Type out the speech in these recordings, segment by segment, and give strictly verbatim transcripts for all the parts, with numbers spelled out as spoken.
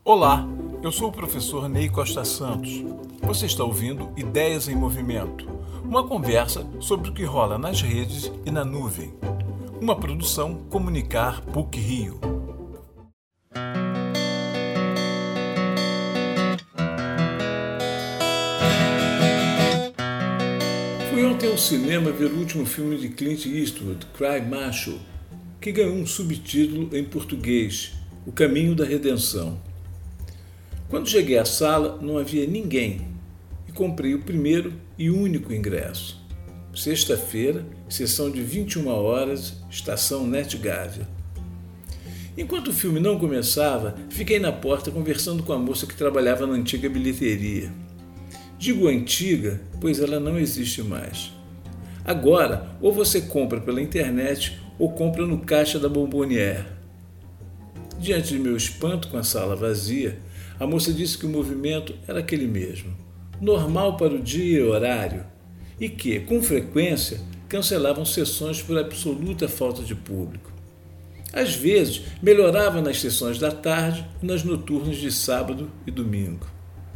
Olá, eu sou o professor Ney Costa Santos. Você está ouvindo Ideias em Movimento, uma conversa sobre o que rola nas redes e na nuvem. Uma produção Comunicar P U C Rio. Fui ontem ao cinema ver o último filme de Clint Eastwood, Cry Macho, que ganhou um subtítulo em português, O Caminho da Redenção. Quando cheguei à sala, não havia ninguém e comprei o primeiro e único ingresso. Sexta-feira, sessão de vinte e uma horas, estação NetGávea. Enquanto o filme não começava, fiquei na porta conversando com a moça que trabalhava na antiga bilheteria. Digo antiga, pois ela não existe mais. Agora, ou você compra pela internet ou compra no caixa da Bomboniere. Diante de meu espanto com a sala vazia, a moça disse que o movimento era aquele mesmo, normal para o dia e horário, e que, com frequência, cancelavam sessões por absoluta falta de público. Às vezes, melhorava nas sessões da tarde e nas noturnas de sábado e domingo.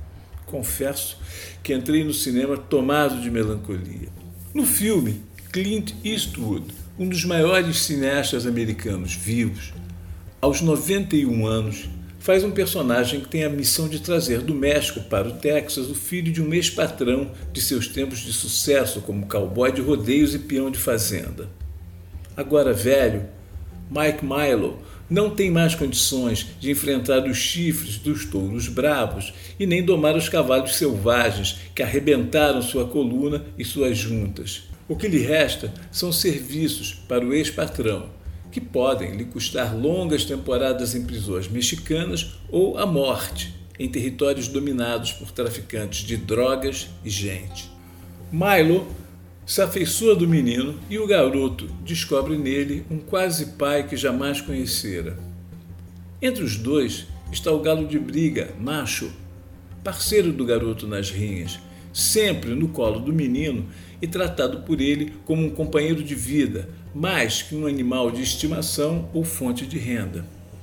Confesso que entrei no cinema tomado de melancolia. No filme, Clint Eastwood, um dos maiores cineastas americanos vivos, aos noventa e um anos, faz um personagem que tem a missão de trazer do México para o Texas o filho de um ex-patrão de seus tempos de sucesso como cowboy de rodeios e peão de fazenda. Agora velho, Mike Milo não tem mais condições de enfrentar os chifres dos touros bravos e nem domar os cavalos selvagens que arrebentaram sua coluna e suas juntas. O que lhe resta são serviços para o ex-patrão, que podem lhe custar longas temporadas em prisões mexicanas ou a morte em territórios dominados por traficantes de drogas e gente. Milo se afeiçoa do menino e o garoto descobre nele um quase pai que jamais conhecera. Entre os dois está o galo de briga, Macho, parceiro do garoto nas rinhas, sempre no colo do menino e tratado por ele como um companheiro de vida, mais que um animal de estimação ou fonte de renda.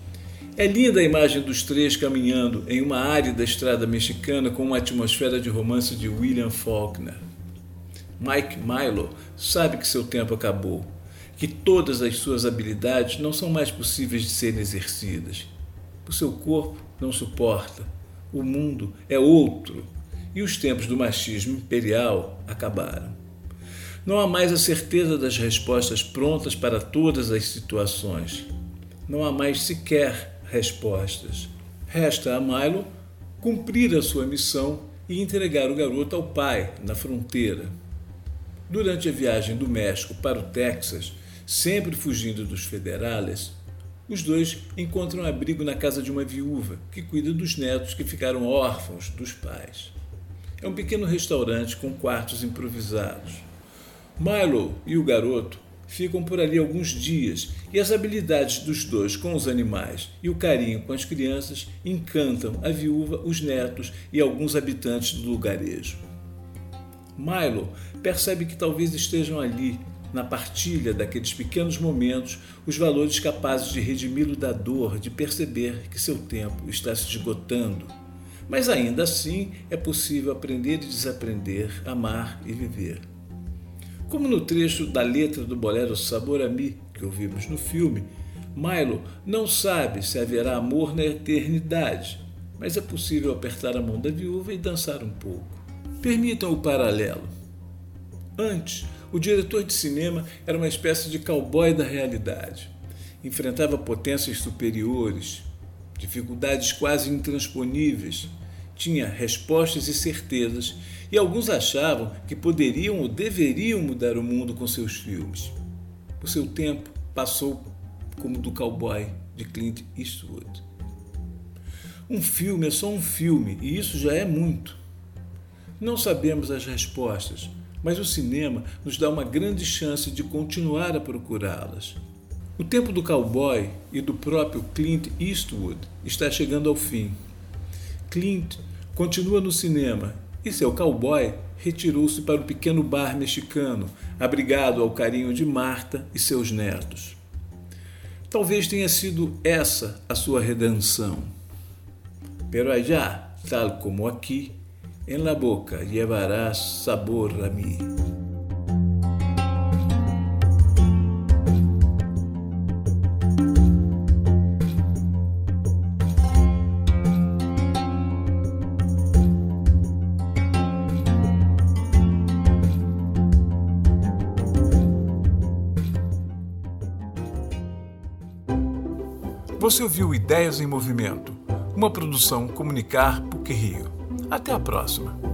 É linda a imagem dos três caminhando em uma árida estrada mexicana com uma atmosfera de romance de William Faulkner. Mike Milo sabe que seu tempo acabou, que todas as suas habilidades não são mais possíveis de serem exercidas. O seu corpo não suporta, o mundo é outro e os tempos do machismo imperial acabaram. Não há mais a certeza das respostas prontas para todas as situações. Não há mais sequer respostas. Resta a Milo cumprir a sua missão e entregar o garoto ao pai na fronteira. Durante a viagem do México para o Texas, sempre fugindo dos federales, os dois encontram abrigo na casa de uma viúva que cuida dos netos que ficaram órfãos dos pais. É um pequeno restaurante com quartos improvisados. Milo e o garoto ficam por ali alguns dias e as habilidades dos dois com os animais e o carinho com as crianças encantam a viúva, os netos e alguns habitantes do lugarejo. Milo percebe que talvez estejam ali, na partilha daqueles pequenos momentos, os valores capazes de redimi-lo da dor de perceber que seu tempo está se esgotando. Mas ainda assim é possível aprender e desaprender, amar e viver. Como no trecho da letra do bolero Sabor a Mi, que ouvimos no filme, Milo não sabe se haverá amor na eternidade, mas é possível apertar a mão da viúva e dançar um pouco. Permitam o paralelo. Antes, o diretor de cinema era uma espécie de cowboy da realidade. Enfrentava potências superiores, dificuldades quase intransponíveis, tinha respostas e certezas, e alguns achavam que poderiam ou deveriam mudar o mundo com seus filmes. O seu tempo passou como do cowboy de Clint Eastwood. Um filme é só um filme, e isso já é muito. Não sabemos as respostas, mas o cinema nos dá uma grande chance de continuar a procurá-las. O tempo do cowboy e do próprio Clint Eastwood está chegando ao fim. Clint continua no cinema e seu cowboy retirou-se para o pequeno bar mexicano, abrigado ao carinho de Marta e seus netos. Talvez tenha sido essa a sua redenção. pero allá, tal como aquí, en la boca llevarás sabor a mí. Você ouviu Ideias em Movimento, uma produção Comunicar P U C Rio. Até a próxima!